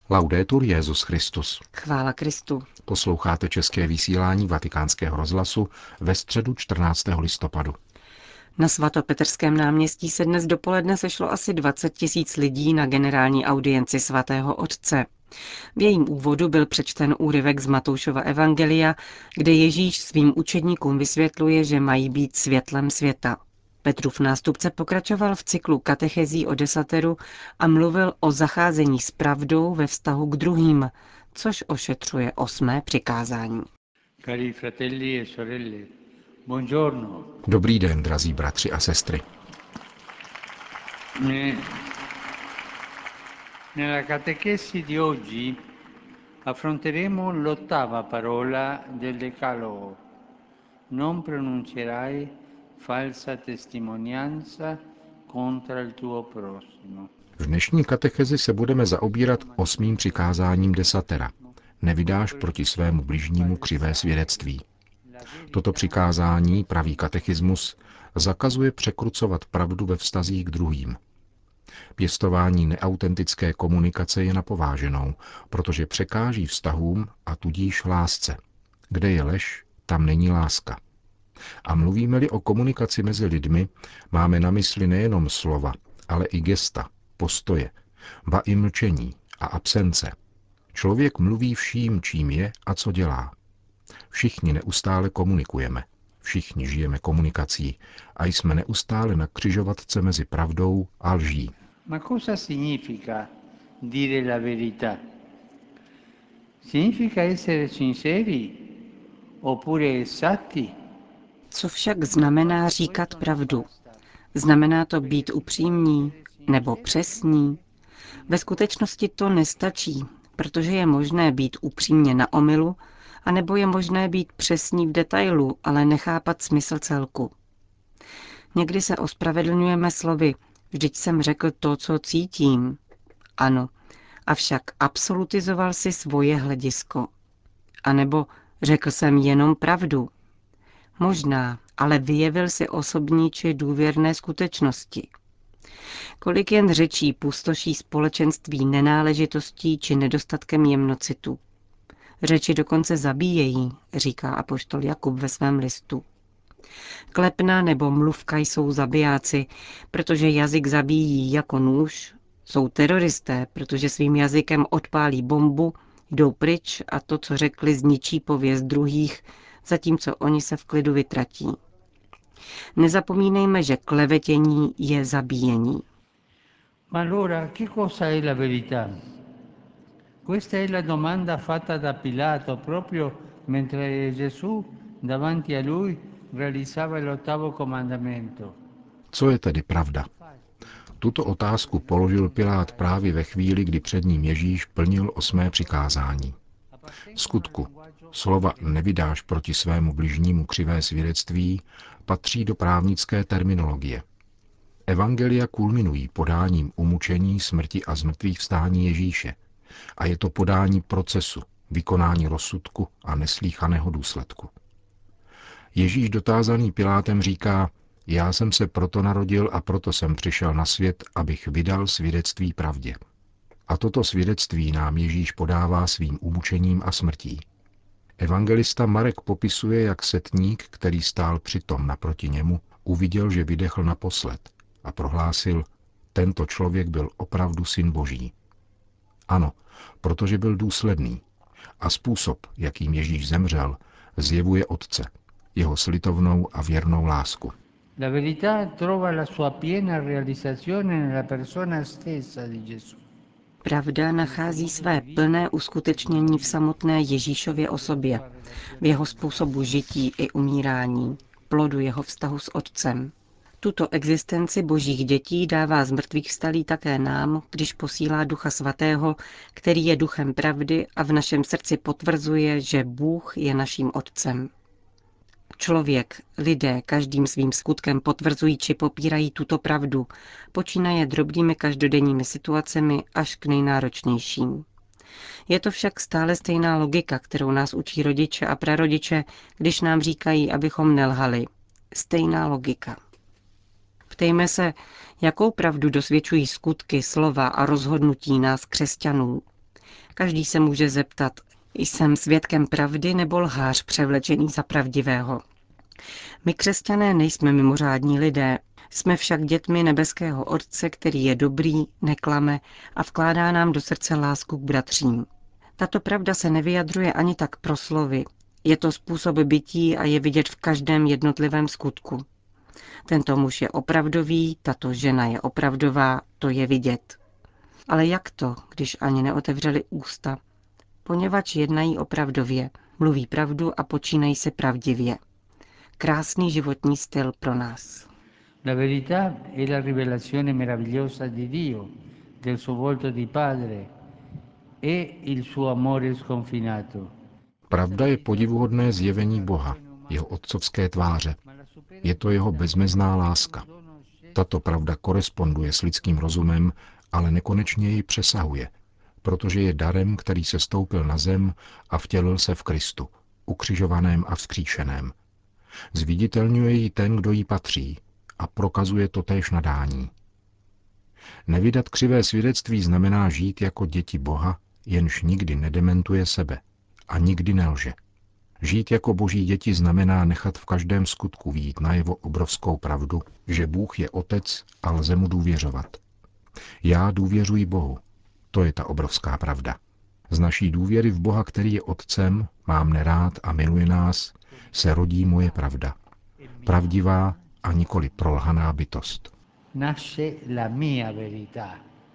Laudetur Jesus Christus. Chvála Kristu. Posloucháte české vysílání Vatikánského rozhlasu ve středu 14. listopadu. Na svatopetrském náměstí se dnes dopoledne sešlo asi 20 000 lidí na generální audienci svatého otce. V jejím úvodu byl přečten úryvek z Matoušova evangelia, kde Ježíš svým učedníkům vysvětluje, že mají být světlem světa. Petrův nástupce pokračoval v cyklu katechezí o desateru a mluvil o zacházení s pravdou ve vztahu k druhým, což ošetřuje 8. přikázání. Cari fratelli e sorelle, buongiorno. Dobrý den, drazí bratři a sestry. Nella catechesi di oggi affronteremo l'8ª parola del Decalogo. Non pronuncerai falsa testimonianza contra il tuo prossimo. V dnešní katechezi se budeme zaobírat 8. přikázáním desatera. Nevydáš proti svému bližnímu křivé svědectví. Toto přikázání, pravý katechismus, zakazuje překrucovat pravdu ve vztazích k druhým. Pěstování neautentické komunikace je napováženou, protože překáží vztahům a tudíž lásce. Kde je lež, tam není láska. A mluvíme-li o komunikaci mezi lidmi, máme na mysli nejenom slova, ale i gesta, postoje, ba i mlčení a absence. Člověk mluví vším, čím je a co dělá. Všichni neustále komunikujeme, všichni žijeme komunikací a jsme neustále na křižovatce mezi pravdou a lží. Ma cosa significa dire la verità? Significa essere sinceri oppure esatti? Co však znamená říkat pravdu? Znamená to být upřímní nebo přesní? Ve skutečnosti to nestačí, protože je možné být upřímně na omylu, anebo je možné být přesní v detailu, ale nechápat smysl celku. Někdy se ospravedlňujeme slovy, vždyť jsem řekl to, co cítím. Ano, avšak absolutizoval si svoje hledisko. A nebo řekl jsem jenom pravdu. Možná, ale vyjevil si osobní či důvěrné skutečnosti. Kolik jen řečí pustoší společenství nenáležitostí či nedostatkem jemnocitu. Řeči dokonce zabíjejí, říká apoštol Jakub ve svém listu. Klepna nebo mluvka jsou zabijáci, protože jazyk zabíjí jako nůž, jsou teroristé, protože svým jazykem odpálí bombu, jdou pryč a to, co řekli, zničí pověst druhých, zatímco oni se v klidu vytratí. Nezapomínejme, že klevetění je zabíjení. Ma allora che cosa è la verità? Questa è la domanda fatta da Pilato proprio mentre Gesù davanti a lui realizzava l'8º comandamento. Co je tedy pravda? Tuto otázku položil Pilát právě ve chvíli, kdy před ním Ježíš plnil 8. přikázání. Skutku, slova nevydáš proti svému bližnímu křivé svědectví patří do právnické terminologie. Evangelia kulminují podáním umučení, smrti a zmrtvýchvstání Ježíše. A je to podání procesu, vykonání rozsudku a neslýchaného důsledku. Ježíš dotázaný Pilátem říká, já jsem se proto narodil a proto jsem přišel na svět, abych vydal svědectví pravdě. A toto svědectví nám Ježíš podává svým umučením a smrtí. Evangelista Marek popisuje, jak setník, který stál přitom naproti němu, uviděl, že vydechl naposled a prohlásil, tento člověk byl opravdu syn Boží. Ano, protože byl důsledný a způsob, jakým Ježíš zemřel, zjevuje Otce, jeho slitovnou a věrnou lásku. La verità trova la sua piena realizzazione nella persona stessa di Gesù. Pravda nachází své plné uskutečnění v samotné Ježíšově osobě, v jeho způsobu žití i umírání, plodu jeho vztahu s Otcem. Tuto existenci božích dětí dává zmrtvýchvstalý také nám, když posílá Ducha Svatého, který je duchem pravdy a v našem srdci potvrzuje, že Bůh je naším Otcem. Člověk, lidé každým svým skutkem potvrzují či popírají tuto pravdu, počínaje drobnými každodenními situacemi až k nejnáročnějším. Je to však stále stejná logika, kterou nás učí rodiče a prarodiče, když nám říkají, abychom nelhali. Stejná logika. Ptejme se, jakou pravdu dosvědčují skutky, slova a rozhodnutí nás křesťanů. Každý se může zeptat, jsem svědkem pravdy nebo lhář převlečený za pravdivého. My křesťané nejsme mimořádní lidé, jsme však dětmi nebeského Otce, který je dobrý, neklame a vkládá nám do srdce lásku k bratřím. Tato pravda se nevyjadřuje ani tak proslovy. Je to způsob bytí a je vidět v každém jednotlivém skutku. Tento muž je opravdový, tato žena je opravdová, to je vidět. Ale jak to, když ani neotevřeli ústa? Poněvadž jednají opravdově, mluví pravdu a počínají se pravdivě. Krásný životní styl pro nás. La verità è la rivelazione meravigliosa di Dio, del suo volto di Padre e il suo amore sconfinato. Pravda je podivuhodné zjevení Boha, jeho otcovské tváře. Je to jeho bezmezná láska. Tato pravda koresponduje s lidským rozumem, ale nekonečně ji přesahuje, protože je darem, který se stoupil na zem a vtělil se v Kristu, ukřižovaném a vzkříšeném. Zviditelňuje ji ten, kdo jí patří, a prokazuje totéž nadání. Nevydat křivé svědectví znamená žít jako děti Boha, jenž nikdy nedementuje sebe a nikdy nelže. Žít jako boží děti znamená nechat v každém skutku vyjít najevo obrovskou pravdu, že Bůh je Otec a lze mu důvěřovat. Já důvěřuji Bohu. To je ta obrovská pravda. Z naší důvěry v Boha, který je Otcem, má mne rád a miluje nás, se rodí moje pravda. Pravdivá a nikoli prolhaná bytost. Nasce la mia verità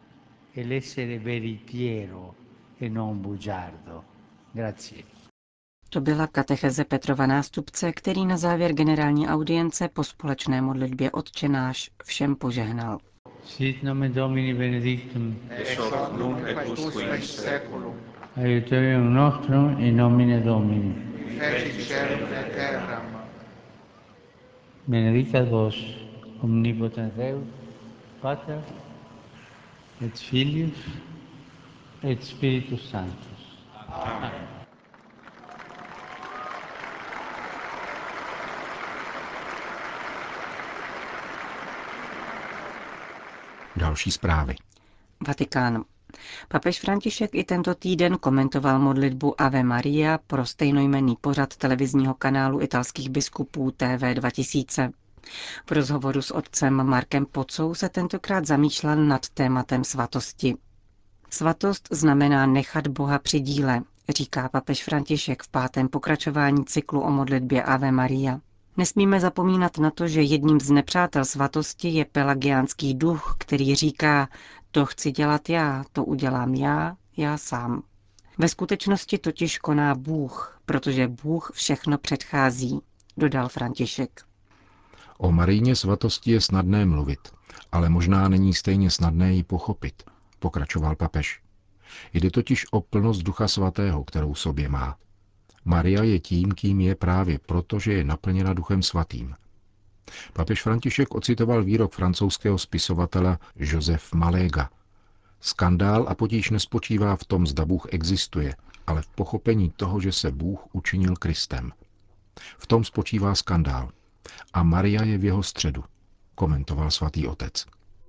e l'essere veritiero e non bugiardo. Grazie. To byla katecheze Petrova nástupce, který na závěr generální audience po společné modlitbě Otčenáš všem požehnal. Sit nomen Domini benedictum, ex hoc nunc et usque in seculum, aiuterium nostrum in nomine Domini. feci caelum et terram, Benedicat vos, omnipotens Deus, Pater, et Filius, et Spiritus Sanctus. Amen. Další zprávy. Vatikán. Papež František i tento týden komentoval modlitbu Ave Maria pro stejnojmenný pořad televizního kanálu italských biskupů TV 2000. V rozhovoru s otcem Markem Pocou se tentokrát zamýšlel nad tématem svatosti. Svatost znamená nechat Boha při díle, říká papež František v 5. pokračování cyklu o modlitbě Ave Maria. Nesmíme zapomínat na to, že jedním z nepřátel svatosti je pelagiánský duch, který říká, to chci dělat já, to udělám já sám. Ve skutečnosti totiž koná Bůh, protože Bůh všechno předchází, dodal František. O Marijně svatosti je snadné mluvit, ale možná není stejně snadné ji pochopit, pokračoval papež. Jde totiž o plnost Ducha Svatého, kterou sobě má. Maria je tím, kým je právě proto, že je naplněna Duchem Svatým. Papež František ocitoval výrok francouzského spisovatele Joseph Maléga. Skandál a potíž nespočívá v tom, zda Bůh existuje, ale v pochopení toho, že se Bůh učinil Kristem. V tom spočívá skandál. A Maria je v jeho středu, komentoval svatý otec.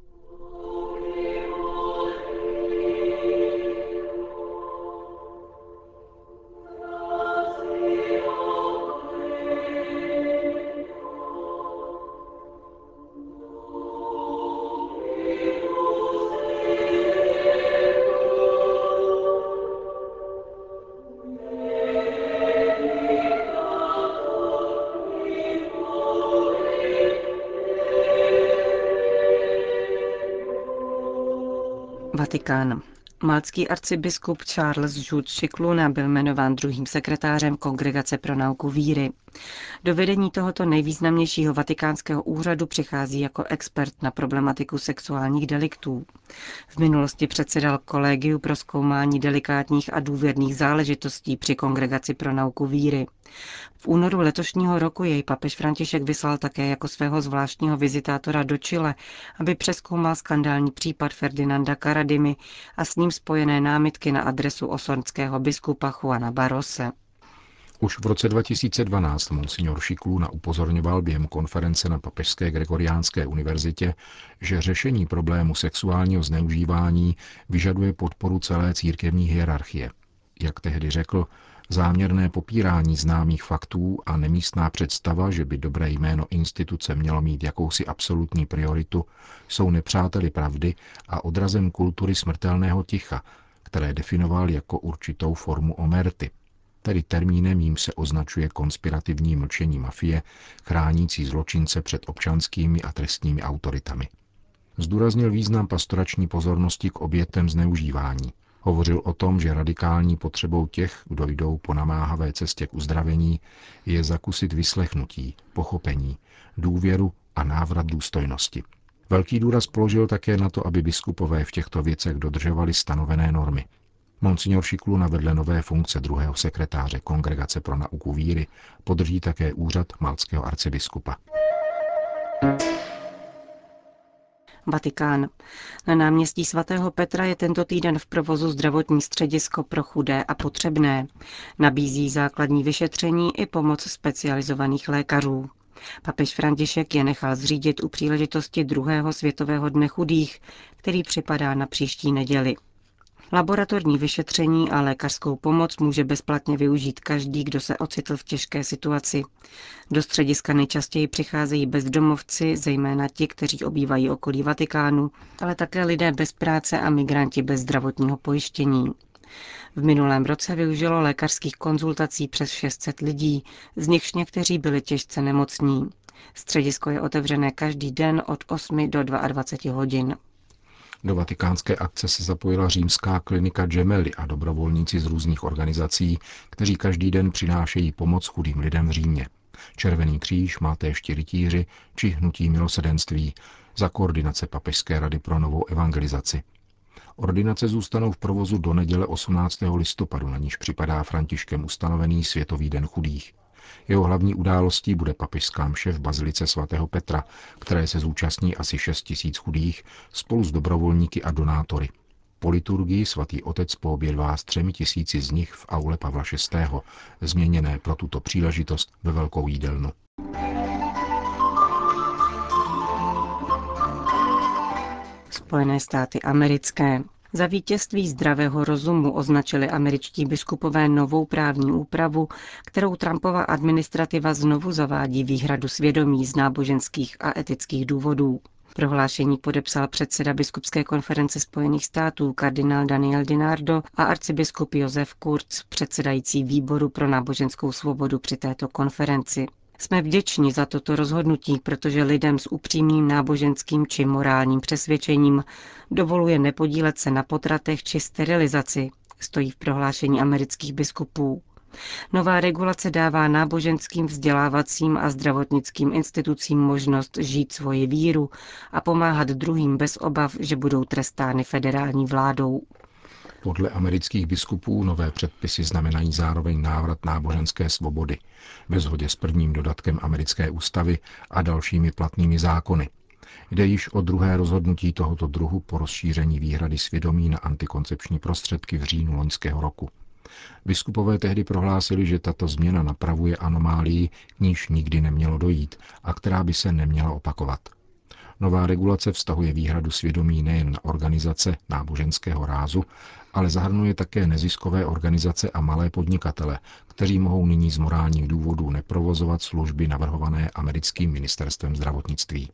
Vatikán. Maltský arcibiskup Charles Jude Šikluna byl jmenován druhým sekretářem Kongregace pro nauku víry. Do vedení tohoto nejvýznamnějšího vatikánského úřadu přichází jako expert na problematiku sexuálních deliktů. V minulosti předsedal kolegiu pro zkoumání delikátních a důvěrných záležitostí při Kongregaci pro nauku víry. V únoru letošního roku jej papež František vyslal také jako svého zvláštního vizitátora do Chile, aby přezkoumal skandální případ Ferdinanda Karadimy a s ním spojené námitky na adresu osornského biskupa Juana Barrose. Už v roce 2012 monsignor Šikluna upozorňoval během konference na Papežské Gregoriánské univerzitě, že řešení problému sexuálního zneužívání vyžaduje podporu celé církevní hierarchie. Jak tehdy řekl, záměrné popírání známých faktů a nemístná představa, že by dobré jméno instituce mělo mít jakousi absolutní prioritu, jsou nepřáteli pravdy a odrazem kultury smrtelného ticha, které definoval jako určitou formu omerty, tedy termínem, jím se označuje konspirativní mlčení mafie, chránící zločince před občanskými a trestními autoritami. Zdůraznil význam pastorační pozornosti k obětem zneužívání. Hovořil o tom, že radikální potřebou těch, kdo jdou po namáhavé cestě k uzdravení, je zakusit vyslechnutí, pochopení, důvěru a návrat důstojnosti. Velký důraz položil také na to, aby biskupové v těchto věcech dodržovali stanovené normy. Monsignor Šikluna vedle nové funkce druhého sekretáře Kongregace pro nauku víry podrží také úřad maltského arcibiskupa. Vatikán. Na náměstí svatého Petra je tento týden v provozu zdravotní středisko pro chudé a potřebné. Nabízí základní vyšetření i pomoc specializovaných lékařů. Papež František je nechal zřídit u příležitosti druhého světového dne chudých, který připadá na příští neděli. Laboratorní vyšetření a lékařskou pomoc může bezplatně využít každý, kdo se ocitl v těžké situaci. Do střediska nejčastěji přicházejí bezdomovci, zejména ti, kteří obývají okolí Vatikánu, ale také lidé bez práce a migranti bez zdravotního pojištění. V minulém roce využilo lékařských konzultací přes 600 lidí, z nichž někteří byli těžce nemocní. Středisko je otevřené každý den od 8 do 22 hodin. Do vatikánské akce se zapojila římská klinika Gemelli a dobrovolníci z různých organizací, kteří každý den přinášejí pomoc chudým lidem v Římě. Červený kříž, maltéští rytíři či hnutí milosedenství za koordinace Papežské rady pro novou evangelizaci. Ordinace zůstanou v provozu do neděle 18. listopadu, na níž připadá Františkem ustanovený Světový den chudých. Jeho hlavní událostí bude papežská mše v bazilice svatého Petra, které se zúčastní asi 6 000 chudých spolu s dobrovolníky a donátory. Po liturgii svatý otec poobědvá s 3 000 z nich v aule Pavla VI., změněné pro tuto příležitost ve velkou jídelnu. Spojené státy americké. Za vítězství zdravého rozumu označili američtí biskupové novou právní úpravu, kterou Trumpova administrativa znovu zavádí výhradu svědomí z náboženských a etických důvodů. Prohlášení podepsal předseda Biskupské konference Spojených států kardinál Daniel DiNardo a arcibiskup Josef Kurz, předsedající výboru pro náboženskou svobodu při této konferenci. Jsme vděční za toto rozhodnutí, protože lidem s upřímným náboženským či morálním přesvědčením dovoluje nepodílet se na potratech či sterilizaci, stojí v prohlášení amerických biskupů. Nová regulace dává náboženským, vzdělávacím a zdravotnickým institucím možnost žít svoji víru a pomáhat druhým bez obav, že budou trestány federální vládou. Podle amerických biskupů nové předpisy znamenají zároveň návrat náboženské svobody ve shodě s prvním dodatkem americké ústavy a dalšími platnými zákony. Jde již o druhé rozhodnutí tohoto druhu po rozšíření výhrady svědomí na antikoncepční prostředky v říjnu loňského roku. Biskupové tehdy prohlásili, že tato změna napravuje anomálii, k níž nikdy nemělo dojít a která by se neměla opakovat. Nová regulace vztahuje výhradu svědomí nejen na organizace náboženského rázu, ale zahrnuje také neziskové organizace a malé podnikatele, kteří mohou nyní z morálních důvodů neprovozovat služby navrhované americkým ministerstvem zdravotnictví.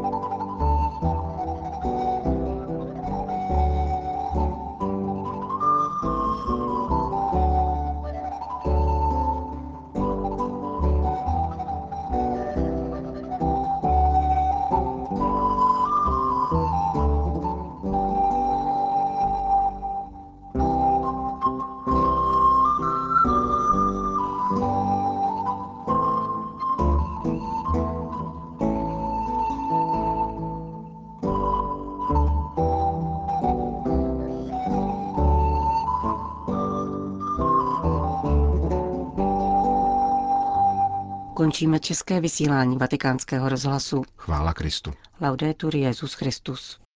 Končíme české vysílání Vatikánského rozhlasu. Chvála Kristu. Laudetur Jesus Christus.